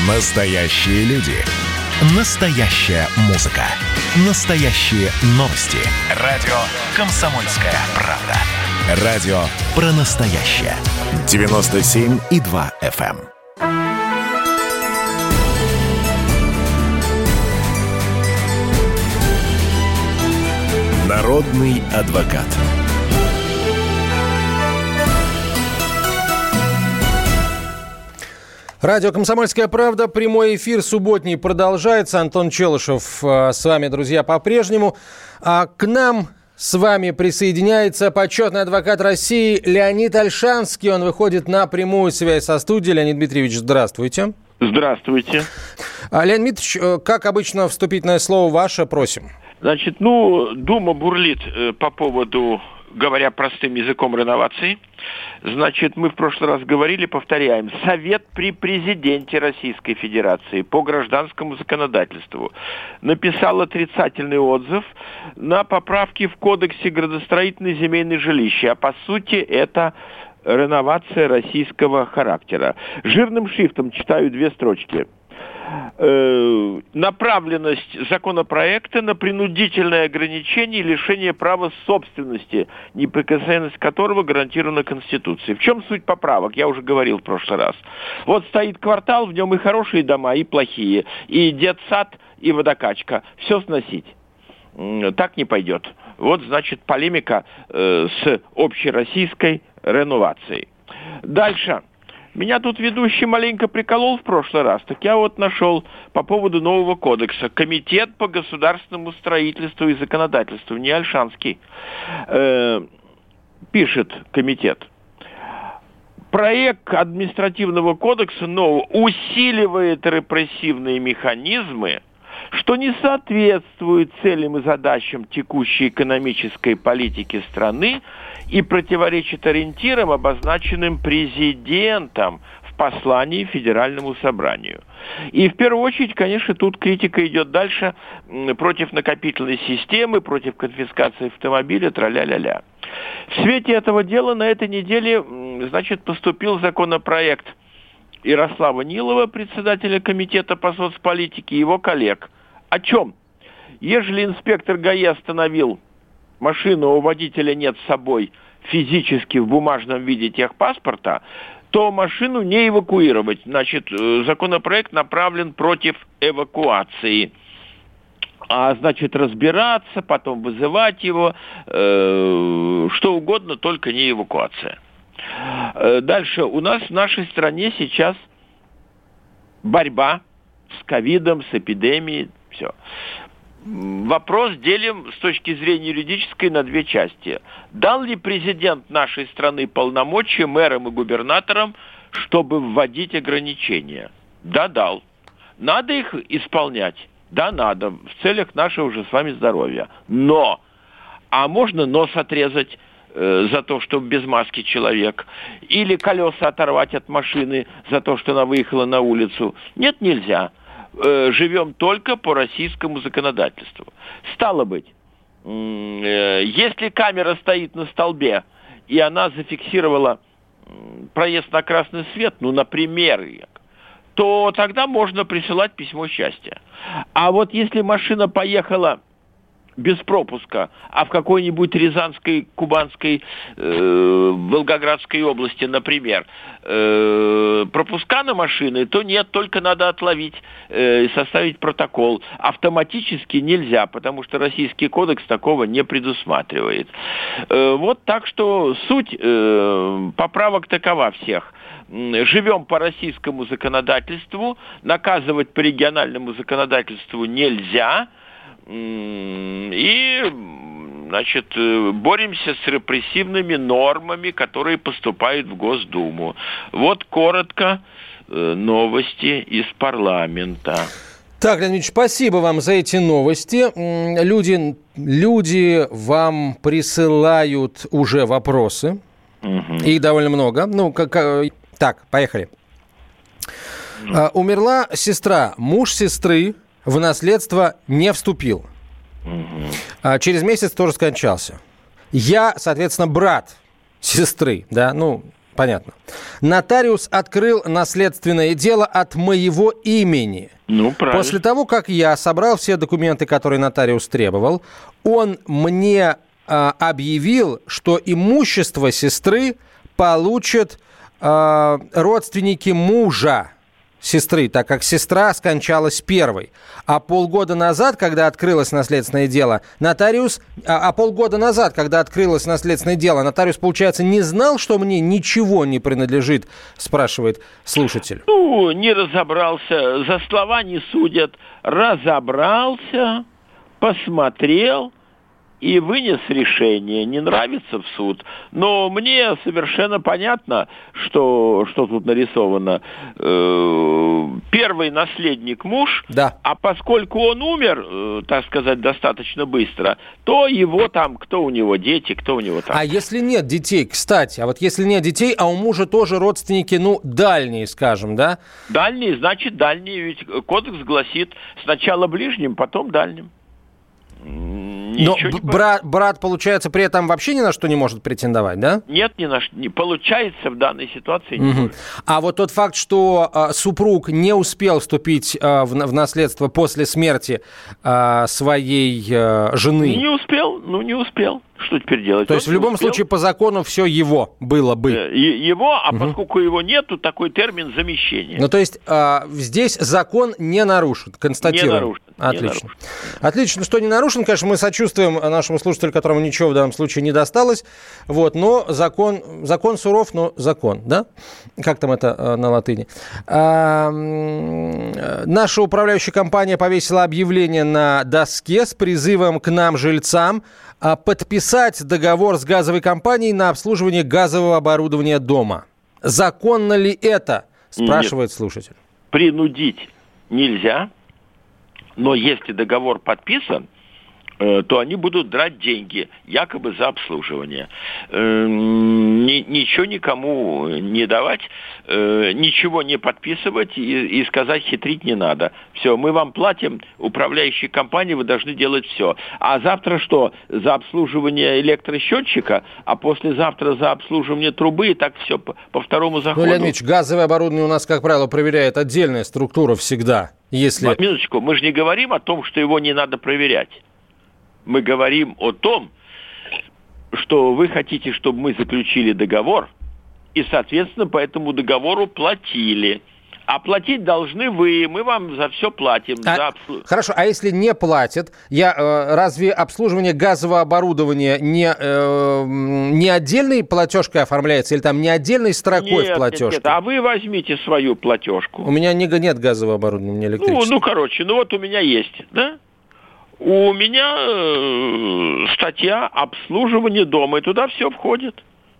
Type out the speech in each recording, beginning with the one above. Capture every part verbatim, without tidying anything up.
Настоящие люди. Настоящая музыка. Настоящие новости. Радио «Комсомольская правда». Радио про настоящее. девяносто семь и два эф эм. Народный адвокат. Радио «Комсомольская правда». Прямой эфир субботний продолжается. Антон Челышев с вами, друзья, по-прежнему. А к нам с вами присоединяется почетный адвокат России Леонид Ольшанский. Он выходит на прямую связь со студией. Леонид Дмитриевич, здравствуйте. Здравствуйте. А, Леонид Дмитриевич, как обычно, вступительное слово ваше, просим. Значит, ну, Дума бурлит э, по поводу, говоря простым языком, реновации. Значит, мы в прошлый раз говорили, повторяем, Совет при президенте Российской Федерации по гражданскому законодательству написал отрицательный отзыв на поправки в Кодексе градостроительной земельной жилища. А по сути это реновация российского характера. Жирным шрифтом читаю две строчки. Э, направленность законопроекта на принудительное ограничение и лишение права собственности, неприкосновенность которого гарантирована Конституцией. В чем суть поправок? Я уже говорил в прошлый раз. Вот стоит квартал, в нем и хорошие дома, и плохие, и детсад, и водокачка. Все сносить. Так не пойдет. Вот, значит, полемика э, с общероссийской реновацией. Дальше. Меня тут ведущий маленько приколол в прошлый раз, так я вот нашел по поводу нового кодекса. Комитет по государственному строительству и законодательству, не Ольшанский, э, пишет комитет. Проект административного кодекса нового усиливает репрессивные механизмы, что не соответствует целям и задачам текущей экономической политики страны и противоречит ориентирам, обозначенным президентом в послании Федеральному собранию. И в первую очередь, конечно, тут критика идет дальше против накопительной системы, против конфискации автомобиля, тра-ля-ля-ля. В свете этого дела на этой неделе, значит, поступил законопроект Ярослава Нилова, председателя комитета по соцполитике, и его коллег. О чем? Ежели инспектор ГАИ остановил машину, у водителя нет с собой физически в бумажном виде техпаспорта, то машину не эвакуировать. Значит, законопроект направлен против эвакуации. А значит, разбираться, потом вызывать его, э, что угодно, только не эвакуация. Э, дальше. У нас в нашей стране сейчас борьба с ковидом, с эпидемией, все. Вопрос делим с точки зрения юридической на две части. Дал ли президент нашей страны полномочия мэрам и губернаторам, чтобы вводить ограничения? Да, дал. Надо их исполнять? Да, надо. В целях нашего же с вами здоровья. Но! А можно нос отрезать э, за то, что без маски человек? Или колеса оторвать от машины за то, что она выехала на улицу? Нет, нельзя. Живем только по российскому законодательству. Стало быть, если камера стоит на столбе, и она зафиксировала проезд на красный свет, ну, например, то тогда можно присылать письмо счастья. А вот если машина поехала без пропуска, а в какой-нибудь Рязанской, Кубанской, э, Волгоградской области, например, э, пропуска на машины, то нет, только надо отловить э, и составить протокол. Автоматически нельзя, потому что Российский кодекс такого не предусматривает. Э, вот так что суть э, поправок такова всех. Живем по российскому законодательству, наказывать по региональному законодательству нельзя. И, значит, боремся с репрессивными нормами, которые поступают в Госдуму. Вот коротко новости из парламента. Так, Леонид Ильич, спасибо вам за эти новости. Люди, люди вам присылают уже вопросы. Угу. Их довольно много. Ну, как, так, поехали. А, умерла сестра. Муж сестры в наследство не вступил. Угу. А через месяц тоже скончался. Я, соответственно, брат сестры, да, ну, Понятно. Нотариус открыл наследственное дело от моего имени. Ну, правильно. После того, как я собрал все документы, которые нотариус требовал, он мне э, объявил, что имущество сестры получат э, родственники мужа сестры, так как сестра скончалась первой. А полгода назад, когда открылось наследственное дело, нотариус... А, а полгода назад, когда открылось наследственное дело, нотариус, получается, не знал, что мне ничего не принадлежит, спрашивает слушатель. Ну, не разобрался, за слова не судят. Разобрался, посмотрел и вынес решение. Не нравится в суд. Но мне совершенно понятно, что, что тут нарисовано. Э, первый наследник муж, да. А поскольку он умер, э, так сказать, достаточно быстро, то его там, кто у него дети, кто у него там. А если нет детей, кстати, а вот если нет детей, а у мужа тоже родственники, ну, дальние, скажем, да? Дальние, значит, дальние. Ведь кодекс гласит сначала ближним, потом дальним. Но б- брат, брат, получается, при этом вообще ни на что не может претендовать, да? Нет, ни на что. Не получается в данной ситуации. Не угу. может. А вот тот факт, что а, супруг не успел вступить а, в, в наследство после смерти а, своей а, жены... Не успел, ну не успел. Что теперь делать? То Он есть в любом успел. случае по закону все его было бы. Его, а угу. поскольку его нету, такой термин замещения. Ну то есть а, здесь закон не нарушен, констатируем. Не нарушен. Отлично. Не нарушен. Отлично, что не нарушен. Конечно, мы сочувствуем нашему слушателю, которому ничего в данном случае не досталось. Вот, но закон, закон суров, но закон, да? Как там это а, на латыни? А, наша управляющая компания повесила объявление на доске с призывом к нам, жильцам, подписать договор с газовой компанией на обслуживание газового оборудования дома. Законно ли это? Спрашивает Нет. слушатель. Принудить нельзя, но если договор подписан, то они будут драть деньги, якобы за обслуживание. Ничего никому не давать, ничего не подписывать и сказать, хитрить не надо. Все, мы вам платим, управляющие компании, вы должны делать все. А завтра что? За обслуживание электросчетчика, а послезавтра за обслуживание трубы, и так все по, по второму заходу. Ну, Леонид Ильич, газовое оборудование у нас, как правило, проверяет отдельная структура всегда. Если... Минуточку, мы же не говорим о том, что его не надо проверять. Мы говорим о том, что вы хотите, чтобы мы заключили договор, и, соответственно, по этому договору платили. А платить должны вы, мы вам за все платим. А, за обслуж... Хорошо, а если не платят, я, э, разве обслуживание газового оборудования не, э, не отдельной платежкой оформляется, или там не отдельной строкой нет, в платежке? Нет, нет, а вы возьмте свою платежку. У меня не, нет газового оборудования, у меня электрическое. Ну, ну, короче, ну вот у меня есть, да? У меня э, статья обслуживание дома, и туда все входит.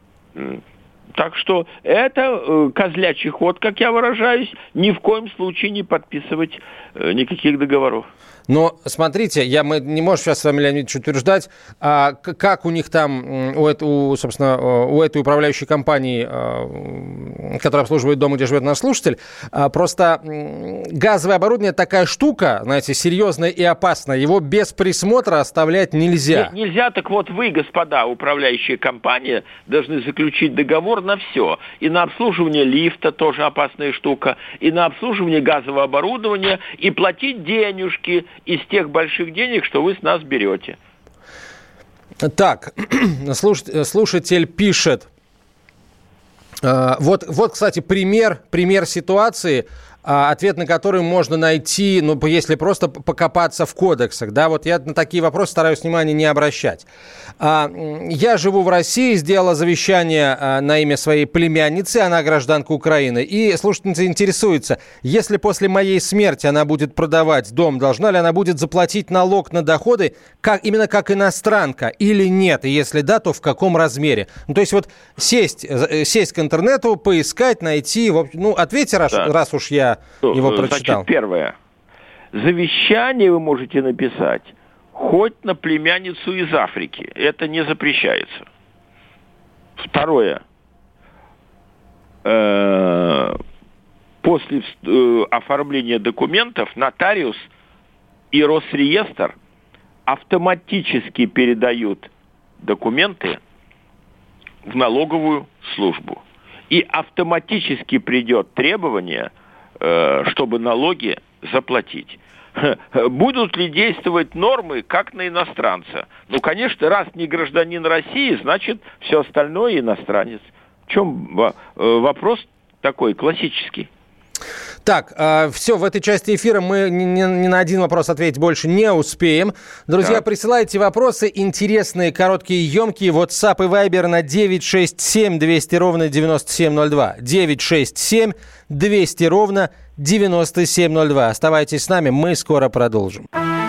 Так что это э, козлячий ход, как я выражаюсь, ни в коем случае не подписывать э, никаких договоров. Но смотрите, я, мы не можем сейчас с вами, Леонид Ильич, утверждать, а, как у них там, у, у, собственно, у этой управляющей компании, а, которая обслуживает дом, где живет наш слушатель, а, просто газовое оборудование такая штука, знаете, серьезная и опасная, его без присмотра оставлять нельзя. Нет, нельзя, так вот вы, господа, управляющая компания, должны заключить договор на все. И на обслуживание лифта тоже опасная штука, и на обслуживание газового оборудования, и платить денежки из тех больших денег, что вы с нас берете. Так, слушатель пишет. Вот, вот, кстати, пример, пример ситуации, ответ на который можно найти, ну, если просто покопаться в кодексах. Да, вот я на такие вопросы стараюсь внимания не обращать. Я живу в России, сделала завещание на имя своей племянницы, она гражданка Украины. И слушательница интересуется, если после моей смерти она будет продавать дом, должна ли она будет заплатить налог на доходы как, именно как иностранка или нет? И если да, то в каком размере? Ну, то есть вот сесть, сесть к интернету, поискать, найти. Ну, ответьте, раз, да. раз уж я его прочитал. Значит, первое. Завещание вы можете написать хоть на племянницу из Африки. Это не запрещается. Второе. После оформления документов нотариус и Росреестр автоматически передают документы в налоговую службу. и автоматически придет требование, чтобы налоги заплатить. Будут ли действовать нормы, как на иностранца? Ну, конечно, раз не гражданин России, значит, все остальное иностранец. В чем вопрос такой классический? Так, э, все, в этой части эфира мы ни, ни, ни на один вопрос ответить больше не успеем. Друзья, так. Присылайте вопросы интересные, короткие, емкие. WhatsApp и Viber на девять шесть семь двести ровно девяносто семь ноль два. девять шесть семь двести ровно девяносто семь ноль два. Оставайтесь с нами, мы скоро продолжим.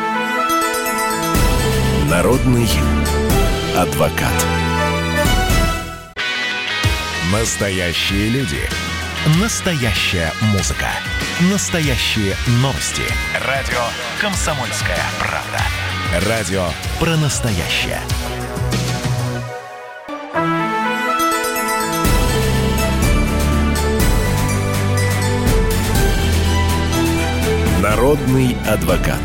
Народный адвокат. Настоящие люди. Настоящая музыка. Настоящие новости. Радио «Комсомольская правда». Радио про настоящее. Народный адвокат.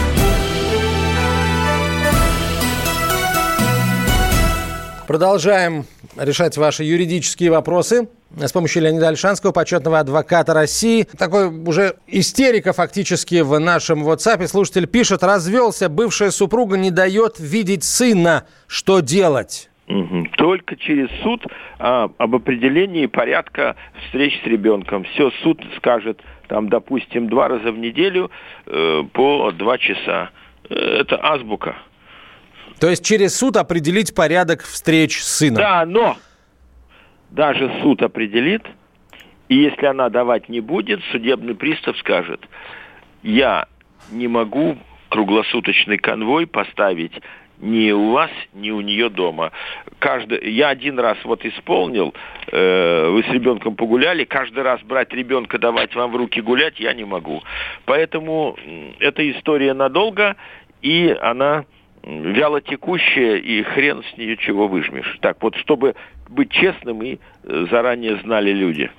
Продолжаем решать ваши юридические вопросы с помощью Леонида Ольшанского, почетного адвоката России. Такой уже истерика фактически в нашем WhatsApp. Слушатель пишет: развелся, бывшая супруга не дает видеть сына. Что делать? Только через суд а, об определении порядка встреч с ребенком. Все, суд скажет, там, допустим, два раза в неделю э, по два часа. Это азбука. То есть через суд определить порядок встреч с сыном? Да, но даже суд определит, и если она давать не будет, судебный пристав скажет: я не могу круглосуточный конвой поставить ни у вас, ни у нее дома. Каждый, я один раз вот исполнил, э, вы с ребенком погуляли, каждый раз брать ребенка, давать вам в руки гулять я не могу. Поэтому эта история надолго, и она вяло текущая, и хрен с нее чего выжмешь. Так вот, чтобы быть честным, и заранее знали люди.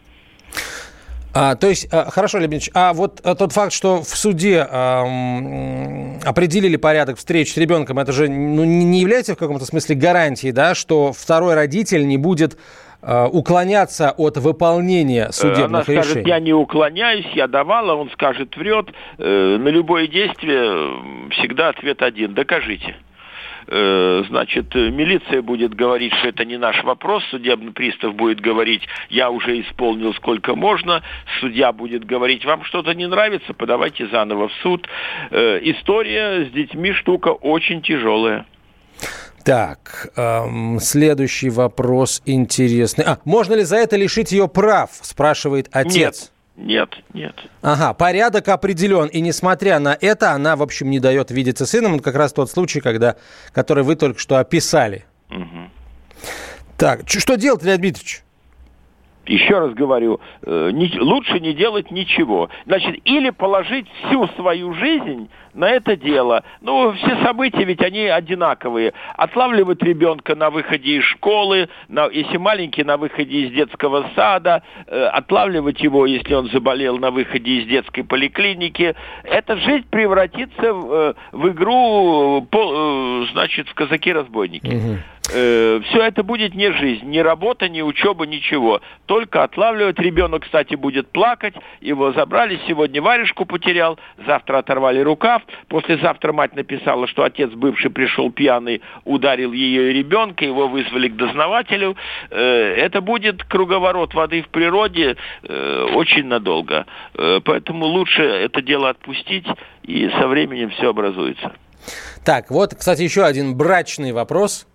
А, то есть, а, хорошо, Леонид Ильич, а вот а, тот факт, что в суде а, м, определили порядок встреч с ребенком, это же ну, не является в каком-то смысле гарантией, да, что второй родитель не будет а, уклоняться от выполнения судебных Она решений? Она скажет: я не уклоняюсь, я давала, он скажет: врет. Э, на любое действие всегда ответ один: докажите. Значит, милиция будет говорить, что это не наш вопрос, судебный пристав будет говорить: я уже исполнил сколько можно, судья будет говорить: вам что-то не нравится, подавайте заново в суд. История с детьми штука очень тяжелая. Так, эм, следующий вопрос интересный. А, можно ли за это лишить ее прав, спрашивает отец. Нет. Нет, нет. Ага, порядок определен, и несмотря на это, она, в общем, не дает видеться сыном. Это как раз тот случай, когда, который вы только что описали. Угу. Так, что делать, Леонид Дмитриевич? Еще раз говорю, э, не, лучше не делать ничего. Значит, или положить всю свою жизнь на это дело. Ну, все события ведь они одинаковые. Отлавливать ребенка на выходе из школы, на, если маленький, на выходе из детского сада, э, отлавливать его, если он заболел, на выходе из детской поликлиники. Эта жизнь превратится в, в игру, по, значит, в казаки-разбойники. Угу. Э, все это будет не жизнь, ни работа, ни учеба, ничего. Только отлавливать. Ребенок, кстати, будет плакать. Его забрали, сегодня варежку потерял, завтра оторвали рукав. Послезавтра мать написала, что отец бывший пришел пьяный, ударил ее и ребенка, его вызвали к дознавателю. Это будет круговорот воды в природе очень надолго. Поэтому лучше это дело отпустить, и со временем все образуется. Так, вот, кстати, еще один брачный вопрос.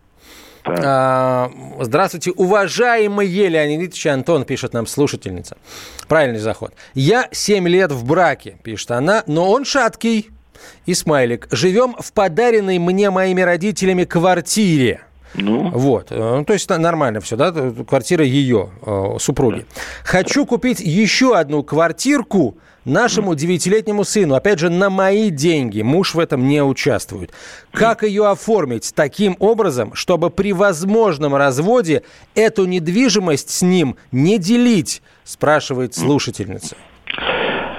А, здравствуйте, уважаемые Леонид Ильич, Антон, пишет нам слушательница. Правильный заход. Я семь лет в браке, пишет она, но он шаткий. И смайлик. Живем в подаренной мне моими родителями квартире. Ну. Вот. Ну, то есть нормально все, да? Квартира ее, супруги. Хочу купить еще одну квартирку нашему девятилетнему сыну. Опять же, на мои деньги. Муж в этом не участвует. Как ее оформить таким образом, чтобы при возможном разводе эту недвижимость с ним не делить? Спрашивает слушательница.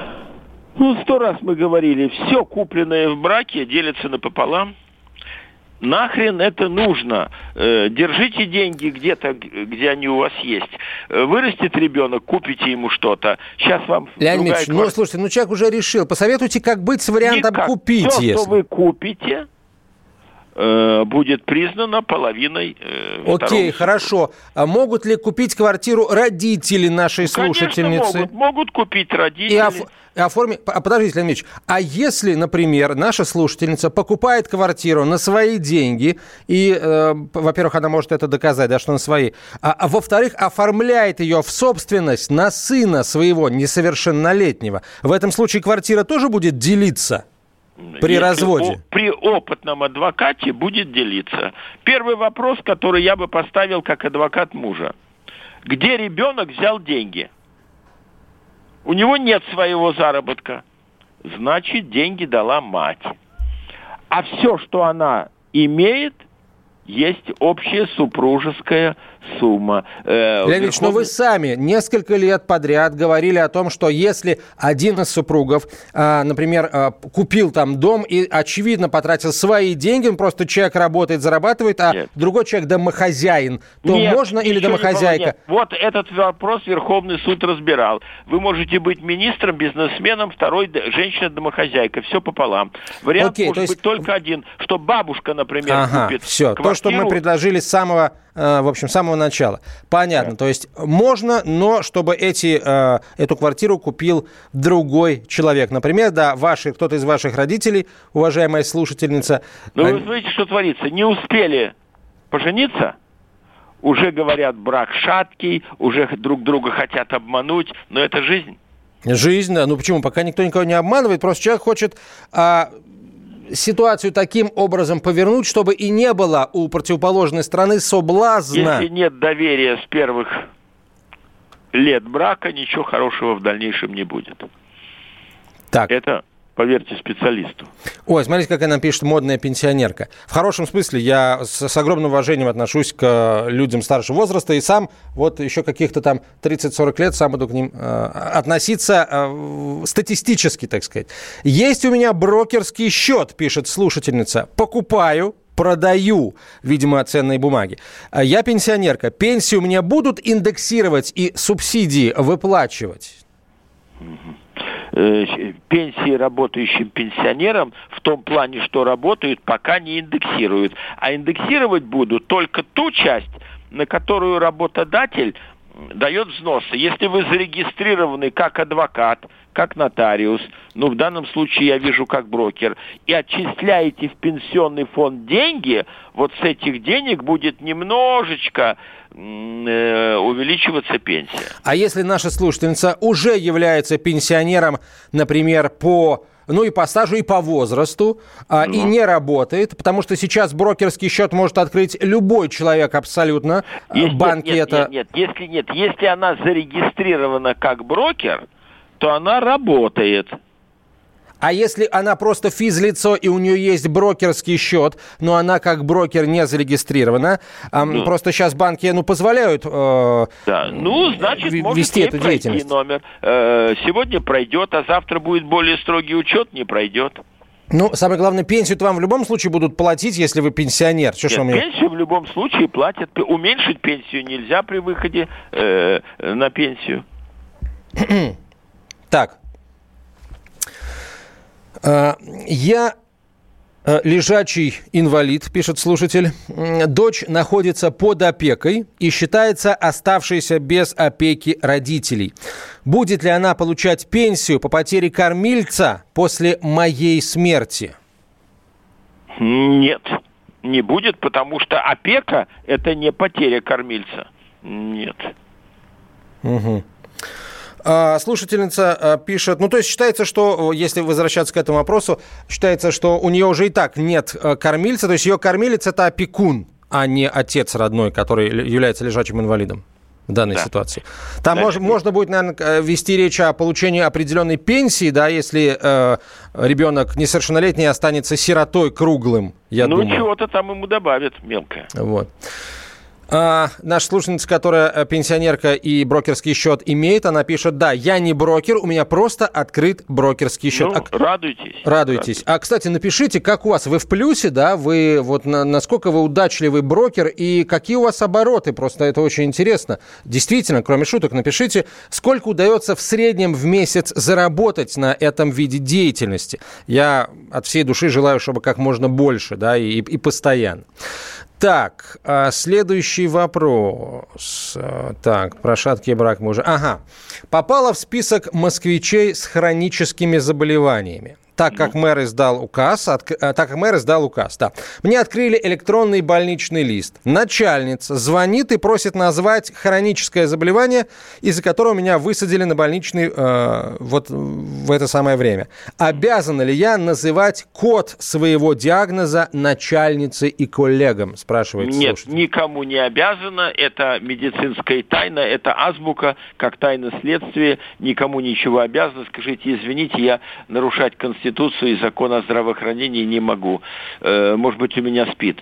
Ну, сто раз мы говорили, все купленное в браке делится напополам. Нахрен это нужно? Держите деньги где-то, где они у вас есть. Вырастет ребенок, купите ему что-то. Сейчас вам... Леонид Ильич, ну, квартира... слушайте, ну человек уже решил. Посоветуйте, как быть с вариантом Никак. купить. Все, если... что вы купите, будет признано половиной э, Окей, хорошо. А могут ли купить квартиру родители нашей ну, слушательницы? Конечно, могут. Могут купить родители. И оф... Оформи... Подождите, Леонид Ильич, а если, например, наша слушательница покупает квартиру на свои деньги, и, э, во-первых, она может это доказать, да, что на свои, а, а во-вторых, оформляет ее в собственность на сына своего несовершеннолетнего, в этом случае квартира тоже будет делиться? При Если разводе. О, при опытном адвокате будет делиться. Первый вопрос, который я бы поставил как адвокат мужа. Где ребенок взял деньги? У него нет своего заработка. Значит, деньги дала мать. А все, что она имеет, есть общая супружеская сумма. Э, Леонид Ильич, но вы сами несколько лет подряд говорили о том, что если один из супругов, э, например, э, купил там дом и, очевидно, потратил свои деньги, он просто человек работает, зарабатывает, а нет. другой человек домохозяин, то нет, можно или домохозяйка? Нет. Вот этот вопрос Верховный суд разбирал. Вы можете быть министром, бизнесменом, второй женщина-домохозяйка. Все пополам. Вариант Окей, может есть... быть только один, что бабушка, например, ага, купит все. квартиру. То, что мы предложили с самого, э, в общем, с самого начала. Понятно. Да. То есть можно, но чтобы эти, э, эту квартиру купил другой человек. Например, да, ваши, кто-то из ваших родителей, уважаемая слушательница. Ну, вы знаете, что творится? Не успели пожениться, уже говорят, брак шаткий, уже друг друга хотят обмануть, но это жизнь. Жизнь, да. Ну почему? Пока никто никого не обманывает, просто человек хочет... А... ситуацию таким образом повернуть, чтобы и не было у противоположной стороны соблазна. Если нет доверия с первых лет брака, ничего хорошего в дальнейшем не будет. Так. Это, поверьте специалисту. Ой, смотрите, какая нам пишет модная пенсионерка. В хорошем смысле я с, с огромным уважением отношусь к людям старшего возраста и сам вот еще каких-то там тридцать-сорок лет сам буду к ним э, относиться э, статистически, так сказать. Есть у меня брокерский счет, пишет слушательница. Покупаю, продаю, видимо, ценные бумаги. Я пенсионерка. Пенсию мне будут индексировать и субсидии выплачивать? Пенсии работающим пенсионерам в том плане, что работают, пока не индексируют. А индексировать будут только ту часть, на которую работодатель дает взносы. Если вы зарегистрированы как адвокат, как нотариус, ну, в данном случае я вижу как брокер, и отчисляете в пенсионный фонд деньги, вот с этих денег будет немножечко э, увеличиваться пенсия. А если наша слушательница уже является пенсионером, например, по... ну и по стажу, и по возрасту, а, ну. и не работает, потому что сейчас брокерский счет может открыть любой человек абсолютно. Если, Банки нет, это... Нет, нет, если нет, если она зарегистрирована как брокер, то она работает. А если она просто физлицо, и у нее есть брокерский счет, но она как брокер не зарегистрирована, ну. просто сейчас банки ну, позволяют э, да. ну, значит, вести эту деятельность. Номер. Э, сегодня пройдет, а завтра будет более строгий учет, не пройдет. Ну, самое главное, пенсию-то вам в любом случае будут платить, если вы пенсионер. Что, Нет, что мне... пенсию в любом случае платят. Уменьшить пенсию нельзя при выходе э, на пенсию. Так. Я лежачий инвалид, пишет слушатель. Дочь находится под опекой и считается оставшейся без опеки родителей. Будет ли она получать пенсию по потере кормильца после моей смерти? Нет, не будет, потому что опека – это не потеря кормильца. Нет. Угу. Слушательница пишет, ну то есть считается, что, если возвращаться к этому вопросу, считается, что у нее уже и так нет кормильца, то есть ее кормилец это опекун, а не отец родной, который является лежачим инвалидом в данной да. ситуации. Там да, мож, да. можно будет, наверное, вести речь о получении определенной пенсии, да, если э, ребенок несовершеннолетний останется сиротой круглым, я ну, думаю. Ну чего-то там ему добавят мелкое. Вот. А, наша слушательница, которая пенсионерка и брокерский счет имеет, она пишет: да, я не брокер, у меня просто открыт брокерский счет. Ну, а, радуйтесь. Радуйтесь. А, кстати, напишите, как у вас, вы в плюсе, да, вы вот на, насколько вы удачливый брокер и какие у вас обороты, просто это очень интересно. Действительно, кроме шуток, напишите, сколько удается в среднем в месяц заработать на этом виде деятельности. Я от всей души желаю, чтобы как можно больше, да, и, и постоянно. Так, следующий вопрос. Так, про шаткий брак мы уже... Ага. Попала в список москвичей с хроническими заболеваниями. Так как мэр издал указ, от, так как мэр издал указ, да. Мне открыли электронный больничный лист. Начальница звонит и просит назвать хроническое заболевание, из-за которого меня высадили на больничный э, вот в это самое время. Обязана ли я называть код своего диагноза начальнице и коллегам? Спрашивает Нет, слушатель. никому не обязана. Это медицинская тайна, это азбука, как тайна следствия. Никому ничего обязана. Скажите, извините, я нарушать конституцию и закон о здравоохранении не могу. Э, может быть, у меня спит.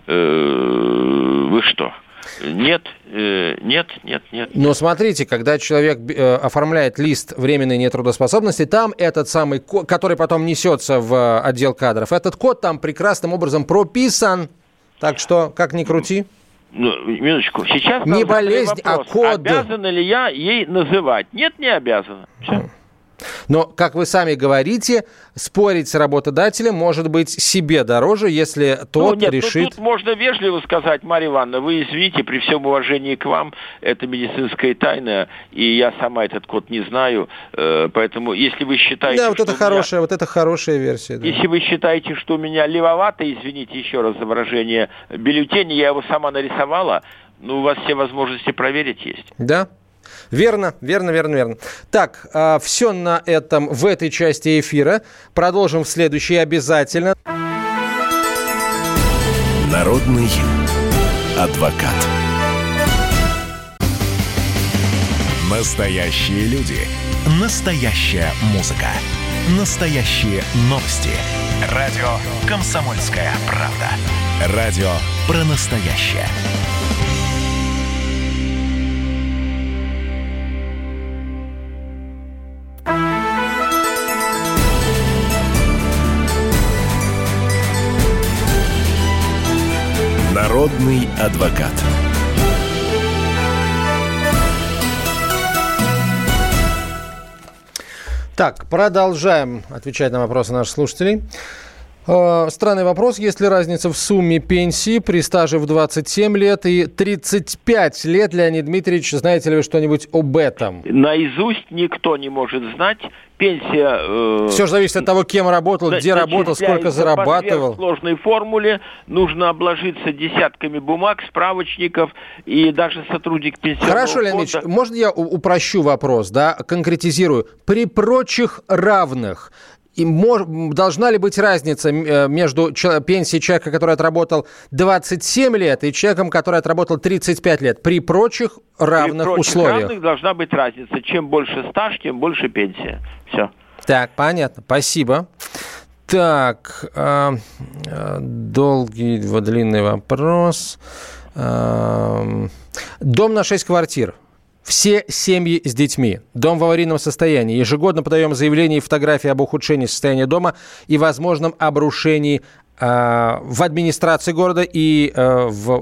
Э, вы что? Нет, э, нет, нет, нет. Но смотрите, когда человек э, оформляет лист временной нетрудоспособности, там этот самый код, который потом несется в отдел кадров, этот код там прекрасным образом прописан. Так что, как ни крути. Ну, минуточку. Сейчас не болезнь, а код. Обязана ли я ей называть? Нет, не обязана. Все. Но, как вы сами говорите, спорить с работодателем может быть себе дороже, если тот ну, нет, решит... Ну, тут можно вежливо сказать: Марья Ивановна, вы извините, при всем уважении к вам, это медицинская тайна, и я сама этот код не знаю, поэтому если вы считаете... Да, вот это, хорошая, меня... вот это хорошая версия. Да. Если вы считаете, что у меня левовато, извините еще раз за выражение, бюллетень, я его сама нарисовала, ну, у вас все возможности проверить есть. Да. Верно, верно, верно, верно. Так, э, все на этом в этой части эфира. Продолжим в следующей обязательно. Народный адвокат. Настоящие люди. Настоящая музыка. Настоящие новости. Радио «Комсомольская правда». Радио про настоящее. Народный адвокат. Так, продолжаем отвечать на вопросы наших слушателей. Э, странный вопрос. Есть ли разница в сумме пенсии при стаже в двадцать семь лет и тридцать пять лет? Леонид Дмитриевич, знаете ли вы что-нибудь об этом? Наизусть никто не может знать. Пенсия... Э, Все же зависит от того, кем работал, где работал, сколько зарабатывал. По сложной формуле нужно обложиться десятками бумаг, справочников, и даже сотрудник пенсионного Хорошо, Леонид Ильич, можно я упрощу вопрос, да, конкретизирую? При прочих равных и мож, должна ли быть разница между пенсией человека, который отработал двадцать семь лет, и человеком, который отработал тридцать пять лет, при прочих равных при прочих условиях? равных должна быть разница. Чем больше стаж, тем больше пенсия. Все. Так, понятно. Спасибо. Так, э, э, долгий, длинный вопрос. Э, дом на шесть квартир. Все семьи с детьми. Дом в аварийном состоянии. Ежегодно подаем заявление и фотографии об ухудшении состояния дома и возможном обрушении э, в администрации города и э, в,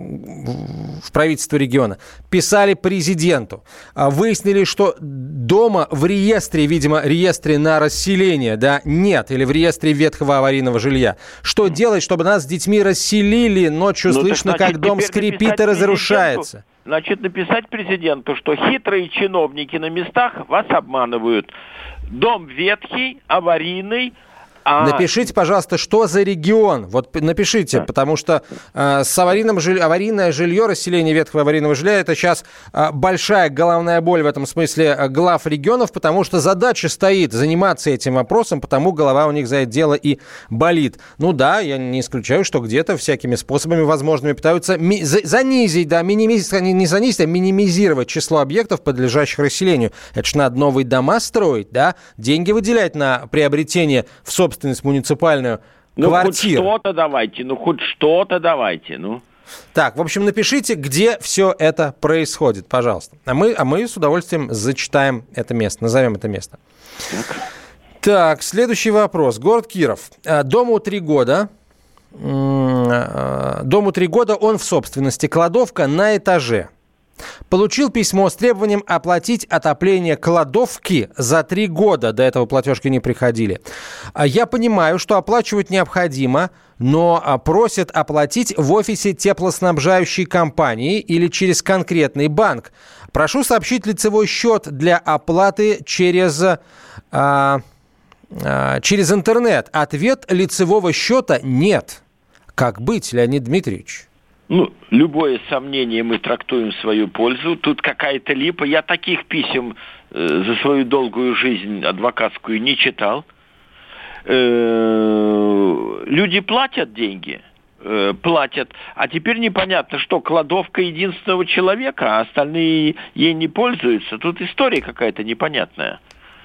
в правительство региона. Писали президенту. Выяснили, что дома в реестре, видимо, реестре на расселение, да, нет. Или в реестре ветхого аварийного жилья. Что делать, чтобы нас с детьми расселили? Ночью ну, слышно, так, значит, как дом скрипит и разрушается. Значит, написать президенту, что хитрые чиновники на местах вас обманывают. Дом ветхий, аварийный. А... Напишите, пожалуйста, что за регион. Вот напишите, да. Потому что э, с аварийным жиль... аварийное жилье, расселение ветхого аварийного жилья, это сейчас э, большая головная боль в этом смысле э, глав регионов, потому что задача стоит заниматься этим вопросом, потому голова у них за это дело и болит. Ну да, я не исключаю, что где-то всякими способами возможными пытаются ми... занизить, да, минимизировать, не занизить, а минимизировать число объектов, подлежащих расселению. Это ж надо новые дома строить, да, деньги выделять на приобретение в собственность муниципальную ну, квартир. Ну, хоть что-то давайте, ну, хоть что-то давайте, ну. Так, в общем, напишите, где все это происходит, пожалуйста. А мы, а мы с удовольствием зачитаем это место, назовем это место. Так, так следующий вопрос. Город Киров. Дому три года. Дому три года, он в собственности. Кладовка на этаже. Получил письмо с требованием оплатить отопление кладовки за три года. До этого платежки не приходили. Я понимаю, что оплачивать необходимо, но просят оплатить в офисе теплоснабжающей компании или через конкретный банк. Прошу сообщить лицевой счет для оплаты через, а, а, через интернет. Ответ: лицевого счета нет. Как быть, Леонид Дмитриевич? Ну, любое сомнение мы трактуем в свою пользу. Тут какая-то липа. Я таких писем э, за свою долгую жизнь адвокатскую не читал. Э, люди платят деньги, э, платят. А теперь непонятно, что кладовка единственного человека, а остальные ей не пользуются. Тут история какая-то непонятная.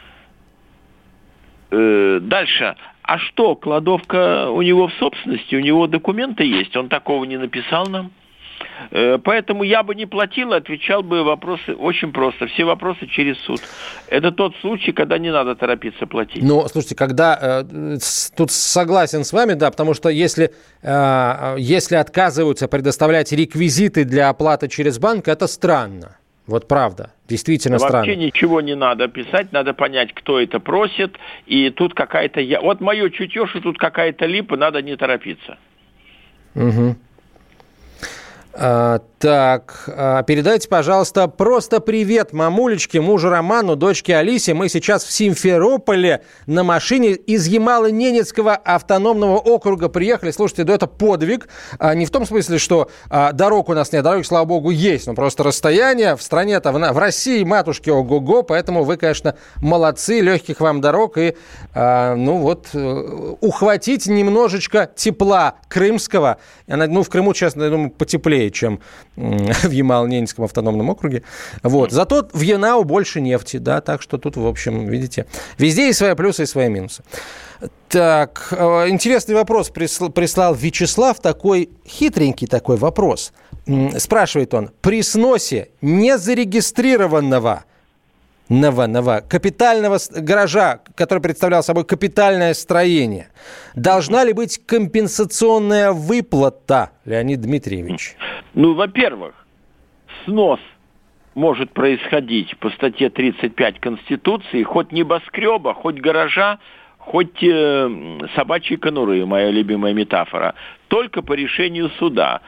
Э, дальше. А что, кладовка у него в собственности, у него документы есть, он такого не написал нам. Поэтому я бы не платил, отвечал бы вопросы очень просто. Все вопросы через суд. Это тот случай, когда не надо торопиться платить. Ну, слушайте, когда... Э, тут согласен с вами, да, потому что если, э, если отказываются предоставлять реквизиты для оплаты через банк, это странно. Вот правда, действительно Вообще странно. Вообще ничего не надо писать, надо понять, кто это просит, и тут какая-то... Вот мое чутье, что тут какая-то липа, надо не торопиться. Угу. А, так, а, передайте, пожалуйста, просто привет мамулечке, мужу Роману, дочке Алисе. Мы сейчас в Симферополе на машине из Ямало-Ненецкого автономного округа приехали. Слушайте, да это подвиг. А, не в том смысле, что а, дорог у нас нет, дороги, слава богу, есть. Но просто расстояние в стране-то, в, в России, матушки, ого-го. Поэтому вы, конечно, молодцы, легких вам дорог. И, а, ну вот, ухватить немножечко тепла крымского. Ну, в Крыму, честно, я думаю, потеплее, чем в Ямало-Ненецком автономном округе. Вот. Зато в Янау больше нефти, да, так что тут, в общем, видите, везде есть свои плюсы и свои минусы. Так, интересный вопрос прислал, прислал Вячеслав, такой хитренький такой вопрос. Спрашивает он: при сносе незарегистрированного Нова, нова, капитального гаража, который представлял собой капитальное строение, должна ли быть компенсационная выплата, Леонид Дмитриевич? Ну, во-первых, снос может происходить по статье тридцать пять Конституции хоть небоскреба, хоть гаража, хоть э, собачьей конуры, моя любимая метафора, только по решению суда.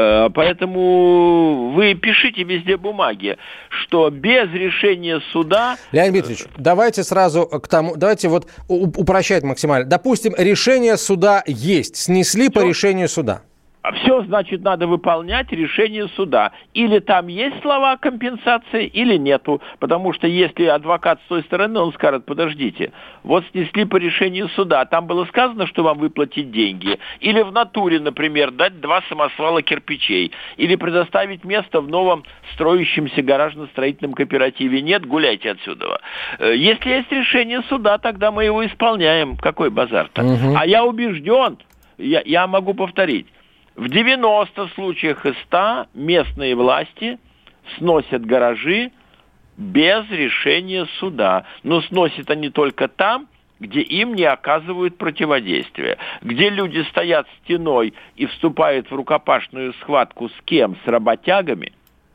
Поэтому вы пишите везде бумаги, что без решения суда... Леонид Дмитриевич, давайте сразу к тому, давайте вот упрощать максимально. Допустим, решение суда есть, снесли Все. По решению суда. Все, значит, надо выполнять решение суда. Или там есть слова компенсации, или нету. Потому что если адвокат с той стороны, он скажет: подождите, вот снесли по решению суда, там было сказано, что вам выплатить деньги. Или в натуре, например, дать два самосвала кирпичей. Или предоставить место в новом строящемся гаражно-строительном кооперативе. Нет, гуляйте отсюда. Если есть решение суда, тогда мы его исполняем. Какой базар-то? Угу. А я убежден, я, я могу повторить, в девяноста случаях из ста местные власти сносят гаражи без решения суда. Но сносят они только там, где им не оказывают противодействия. Где люди стоят стеной и вступают в рукопашную схватку с кем? С работягами.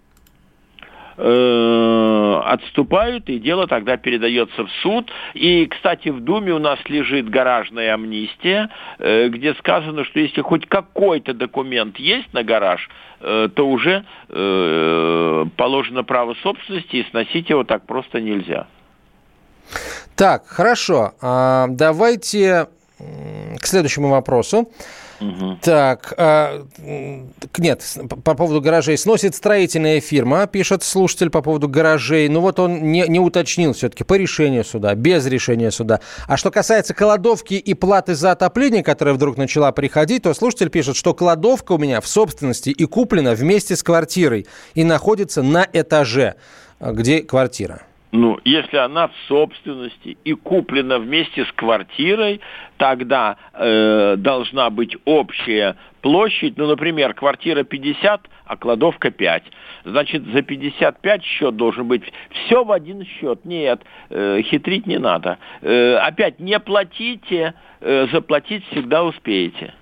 Отступают, и дело тогда передается в суд. И, кстати, в Думе у нас лежит гаражная амнистия, где сказано, что если хоть какой-то документ есть на гараж, то уже положено право собственности, и сносить его так просто нельзя. Так, хорошо. Давайте к следующему вопросу. Угу. Так, э, нет, по поводу гаражей. Сносит строительная фирма, пишет слушатель по поводу гаражей. Ну вот он не, не уточнил все-таки по решению суда, без решения суда. А что касается кладовки и платы за отопление, которая вдруг начала приходить, то слушатель пишет, что кладовка у меня в собственности и куплена вместе с квартирой и находится на этаже, где квартира. Ну, если она в собственности и куплена вместе с квартирой, тогда э, должна быть общая площадь. Ну, например, квартира пятьдесят, а кладовка пять. Значит, за пятьдесят пять счет должен быть. Все в один счет. Нет, э, хитрить не надо. Э, опять, не платите, э, заплатить всегда успеете.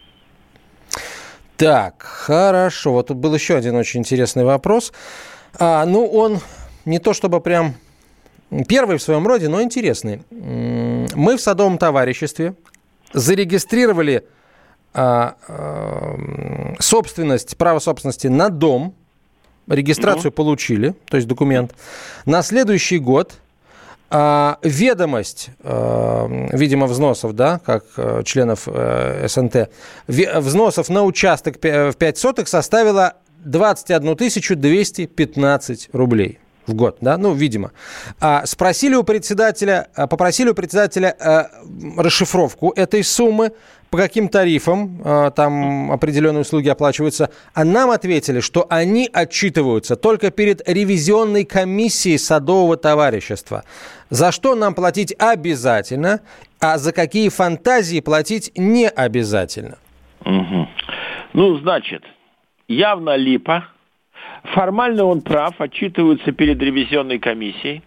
Так, хорошо. Вот тут был еще один очень интересный вопрос. А, ну, он... Не то чтобы прям первый в своем роде, но интересный. Мы в садовом товариществе зарегистрировали а, а, собственность, право собственности на дом. Регистрацию ну. получили, то есть документ. На следующий год а, ведомость, а, видимо, взносов, да, как а, членов а, эс эн тэ, взносов на участок в пять соток составила двадцать одну тысячу двести пятнадцать рублей. В год, да, ну, видимо. А, спросили у председателя, попросили у председателя а, расшифровку этой суммы, по каким тарифам а, там определенные услуги оплачиваются, а нам ответили, что они отчитываются только перед ревизионной комиссией садового товарищества. За что нам платить обязательно, а за какие фантазии платить не обязательно. Угу. Ну, значит, явно липа. Формально он прав, отчитываются перед ревизионной комиссией.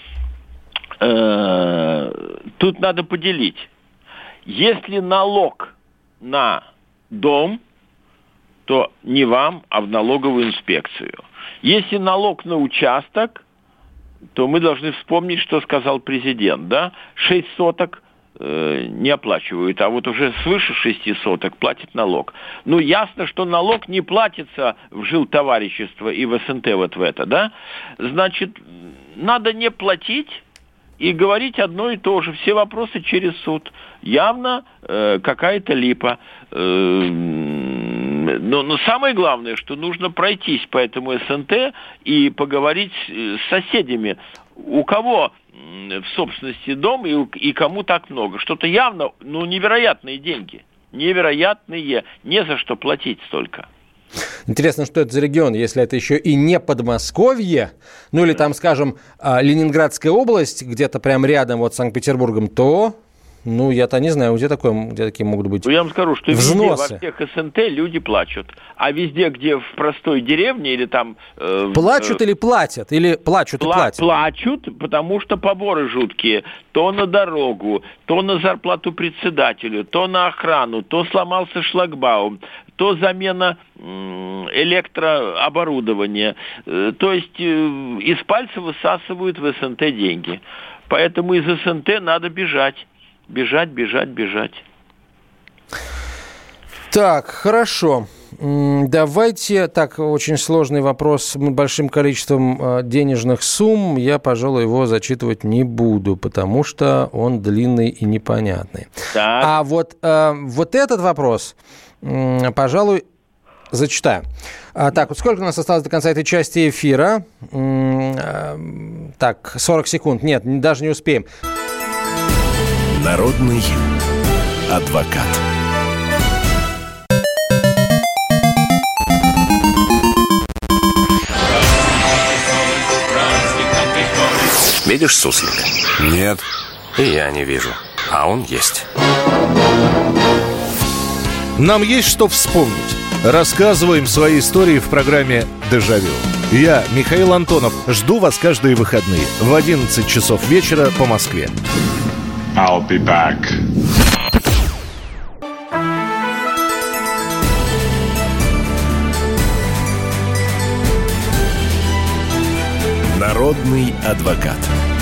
Тут надо поделить. Если налог на дом, то не вам, а в налоговую инспекцию. Если налог на участок, то мы должны вспомнить, что сказал президент, да? Шесть соток не оплачивают, а вот уже свыше шести соток платит налог. Ну, ясно, что налог не платится в жилтоварищество и в эс эн тэ вот в это, да? Значит, надо не платить и говорить одно и то же. Все вопросы через суд. Явно э, какая-то липа. Э, но, но самое главное, что нужно пройтись по этому эс эн тэ и поговорить с соседями. У кого в собственности дом и, и кому так много. Что-то явно, ну, невероятные деньги. Невероятные. Не за что платить столько. Интересно, что это за регион, если это еще и не Подмосковье, ну или там, скажем, Ленинградская область, где-то прям рядом вот с Санкт-Петербургом, то... Ну, я-то не знаю, где, такое, где такие могут быть взносы. Я вам скажу, что взносы. Везде, во всех эс эн тэ люди плачут. А везде, где в простой деревне или там... Э, плачут э, или платят? Или плачут пла- и платят? Плачут, потому что поборы жуткие. То на дорогу, то на зарплату председателю, то на охрану, то сломался шлагбаум, то замена электрооборудования. То есть из пальца высасывают в эс эн тэ деньги. Поэтому из эс эн тэ надо бежать. Бежать, бежать, бежать. Так, хорошо. Давайте, так, очень сложный вопрос с большим количеством денежных сумм. Я, пожалуй, его зачитывать не буду, потому что он длинный и непонятный. Так. А вот, вот этот вопрос, пожалуй, зачитаю. Так, вот сколько у нас осталось до конца этой части эфира? Так, сорок секунд. Нет, даже не успеем. Народный адвокат. Видишь суслика? Нет. И я не вижу. А он есть. Нам есть что вспомнить. Рассказываем свои истории в программе «Дежавю». Я, Михаил Антонов, жду вас каждые выходные в одиннадцать часов вечера по Москве. I'll be back. Народный адвокат.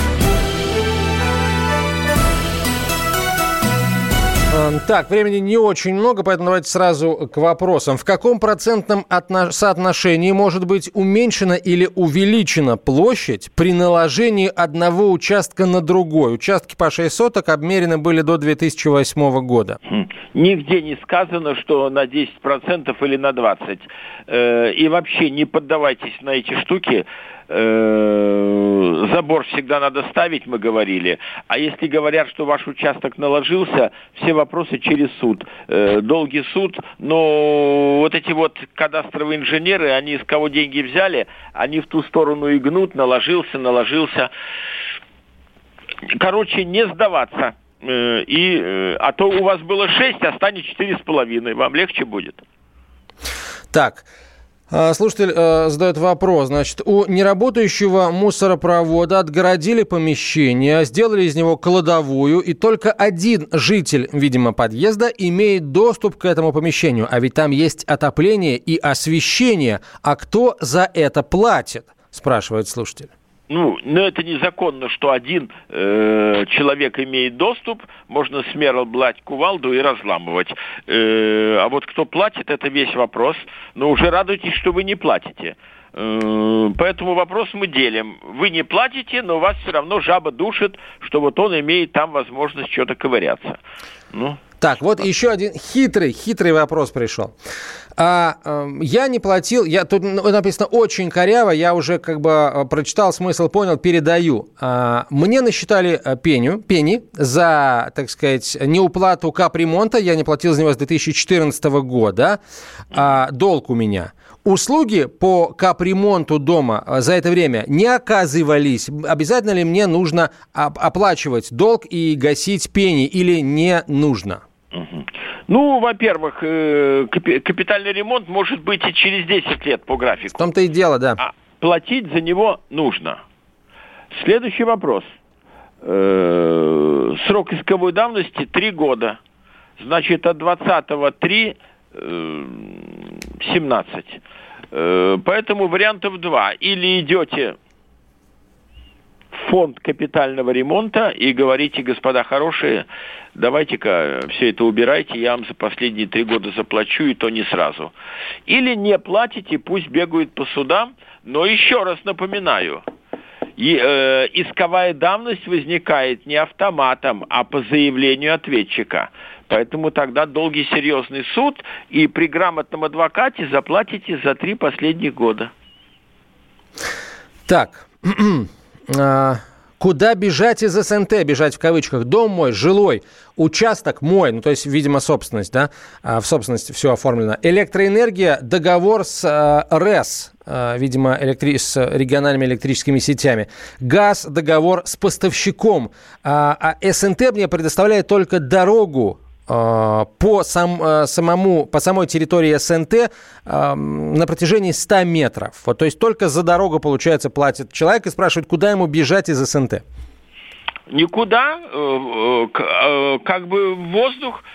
Так, времени не очень много, поэтому давайте сразу к вопросам. В каком процентном отно- соотношении может быть уменьшена или увеличена площадь при наложении одного участка на другой? Участки по шесть соток обмерены были до две тысячи восьмого года. Нигде не сказано, что на десять процентов или на двадцать процентов. И вообще не поддавайтесь на эти штуки. э, забор всегда надо ставить, мы говорили. А если говорят, что ваш участок наложился, все вопросы через суд. Э, долгий суд, но вот эти вот кадастровые инженеры, они с кого деньги взяли, они в ту сторону и гнут, наложился, наложился. Короче, не сдаваться. Э, и, э, а то у вас было шесть, а станет четыре с половиной. Вам легче будет. Так. Слушатель э, задает вопрос. Значит, у неработающего мусоропровода отгородили помещение, сделали из него кладовую, и только один житель, видимо, подъезда имеет доступ к этому помещению. А ведь там есть отопление и освещение. А кто за это платит? Спрашивает слушатель. Ну, но это незаконно, что один э, человек имеет доступ, можно смело брать кувалду и разламывать. Э, а вот кто платит, это весь вопрос. Но уже радуйтесь, что вы не платите. Э, поэтому вопрос мы делим. Вы не платите, но вас все равно жаба душит, что вот он имеет там возможность что-то ковыряться. Ну. Так, вот еще один хитрый, хитрый вопрос пришел. А, э, я не платил, я, тут написано очень коряво, я уже как бы прочитал смысл, понял, передаю. А, мне насчитали пеню, пени за, так сказать, неуплату капремонта, я не платил за него с две тысячи четырнадцатого года, а, долг у меня. Услуги по капремонту дома за это время не оказывались. Обязательно ли мне нужно оплачивать долг и гасить пени или не нужно? Ну, во-первых, капитальный ремонт может быть и через десять лет по графику. В том-то и дело, да. А платить за него нужно. Следующий вопрос. Срок исковой давности три года. Значит, от двадцатого три семнадцать. Поэтому вариантов два. Или идете в фонд капитального ремонта и говорите: господа хорошие, давайте-ка все это убирайте, я вам за последние три года заплачу, и то не сразу. Или не платите, пусть бегают по судам, но еще раз напоминаю, и, э, исковая давность возникает не автоматом, а по заявлению ответчика. Поэтому тогда долгий серьезный суд, и при грамотном адвокате заплатите за три последних года. Так, куда бежать из СНТ? Бежать в кавычках. Дом мой, жилой, участок мой, ну то есть, видимо, собственность, да, в собственности все оформлено. Электроэнергия, договор с РЭС, видимо, электри... с региональными электрическими сетями. Газ, договор с поставщиком. А СНТ мне предоставляет только дорогу по, сам, самому, по самой территории СНТ на протяжении ста метров. Вот, то есть только за дорогу, получается, платит человек и спрашивает, куда ему бежать из СНТ. Никуда, как бы в воздух,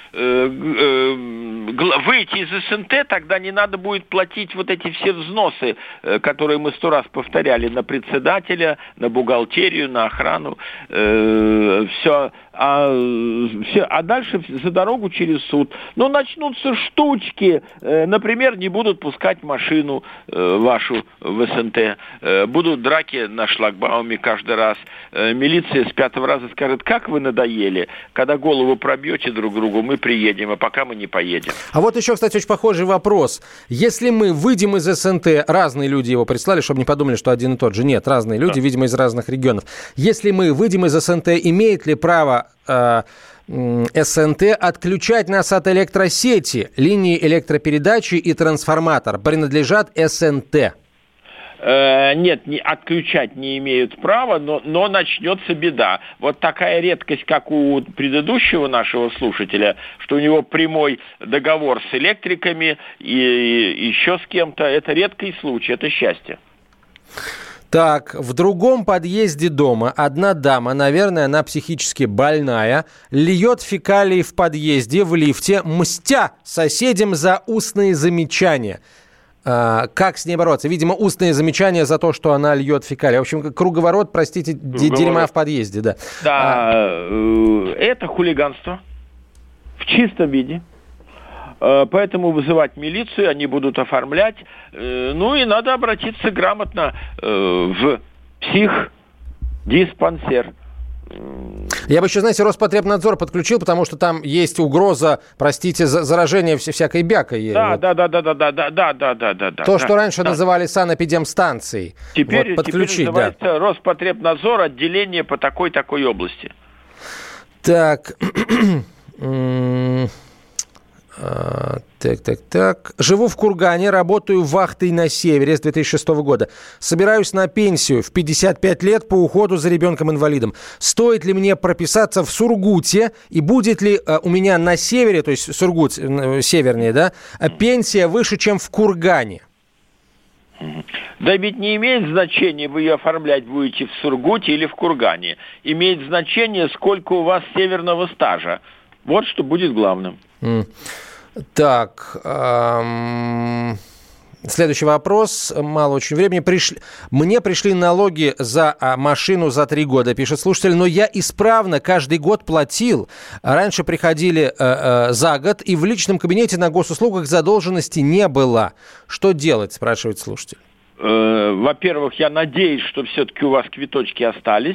выйти из СНТ, тогда не надо будет платить вот эти все взносы, которые мы сто раз повторяли, на председателя, на бухгалтерию, на охрану, все. А, все, а дальше за дорогу через суд. Но начнутся штучки. Э, например, не будут пускать машину э, вашу в СНТ. Э, будут драки на шлагбауме каждый раз. Э, милиция с пятого раза скажет: как вы надоели. Когда голову пробьете друг другу, мы приедем, а пока мы не поедем. А вот еще, кстати, очень похожий вопрос. Если мы выйдем из СНТ, разные люди его прислали, чтобы не подумали, что один и тот же. Нет, разные люди, да, видимо, из разных регионов. Если мы выйдем из СНТ, имеет ли право СНТ отключать нас от электросети? Линии электропередачи и трансформатор принадлежат СНТ. Э, нет, не, отключать не имеют права, но, но начнется беда. Вот такая редкость, как у предыдущего нашего слушателя, что у него прямой договор с электриками и, и еще с кем-то, это редкий случай, это счастье. Так, в другом подъезде дома одна дама, наверное, она психически больная, льет фекалии в подъезде, в лифте, мстя соседям за устные замечания. А, как с ней бороться? Видимо, устные замечания за то, что она льет фекалии. В общем, круговорот, простите, круговорот. Дерьма в подъезде, да. Да, а... это хулиганство в чистом виде. Поэтому вызывать милицию, они будут оформлять. Ну и надо обратиться грамотно в психдиспансер. Я бы еще, знаете, Роспотребнадзор подключил, потому что там есть угроза, простите, заражения всякой бякой. Да, вот. да, да, да, да, да, да, да, да, да, да. То, да, что раньше да. называли санэпидемстанцией. Теперь, вот, подключить, теперь называется да. Роспотребнадзор, отделение по такой-такой области. Так... Так, так, так. Живу в Кургане, работаю вахтой на севере с две тысячи шестого года. Собираюсь на пенсию в пятьдесят пять лет по уходу за ребенком-инвалидом. Стоит ли мне прописаться в Сургуте? И будет ли э, у меня на севере, то есть Сургут э, севернее, да, пенсия выше, чем в Кургане? Да ведь не имеет значения, вы ее оформлять будете в Сургуте или в Кургане. Имеет значение, сколько у вас северного стажа. Вот что будет главным. Mm. Так, эм, следующий вопрос. Мало очень времени. Пришли, мне пришли налоги за а, машину за три года, пишет слушатель, но я исправно каждый год платил. Раньше приходили э, э, за год, и в личном кабинете на госуслугах задолженности не было. Что делать, спрашивает слушатель. Во-первых, я надеюсь, что все-таки у вас квиточки остались.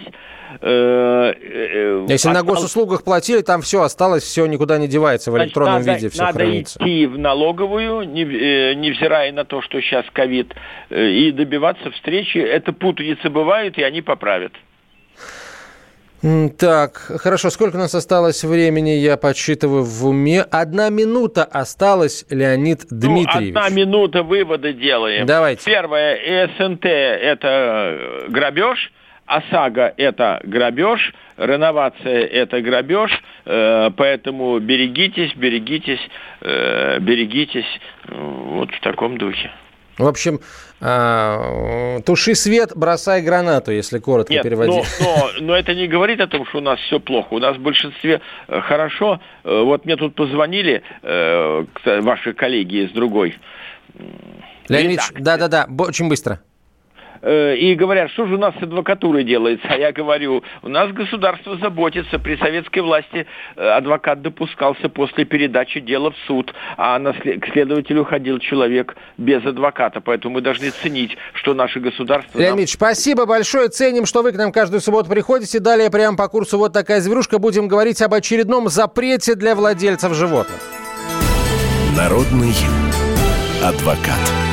Если Осталось... на госуслугах платили, там все осталось, все никуда не девается, в электронном Значит, надо, виде все надо хранится. Надо идти в налоговую, невзирая на то, что сейчас ковид, и добиваться встречи. Это путаницы бывают, и они поправят. Так, хорошо, сколько у нас осталось времени, я подсчитываю в уме. Одна минута осталась, Леонид Дмитриевич. Ну, одна минута, выводы делаем. Давайте. Первое, СНТ – это грабеж, ОСАГО – это грабеж, реновация – это грабеж, поэтому берегитесь, берегитесь, берегитесь, вот в таком духе. В общем, туши свет, бросай гранату, если коротко Нет, переводить. Но, но, но это не говорит о том, что у нас все плохо. У нас в большинстве хорошо. Вот мне тут позвонили ваши коллеги из другой. Леонид, да-да-да, очень быстро. И говорят, что же у нас с адвокатурой делается? А я говорю, у нас государство заботится. При советской власти адвокат допускался после передачи дела в суд, а к следователю ходил человек без адвоката. Поэтому мы должны ценить, что наше государство... Леонид Ильич, нам... спасибо большое. Ценим, что вы к нам каждую субботу приходите. Далее прямо по курсу «Вот такая зверушка» будем говорить об очередном запрете для владельцев животных. Народный адвокат.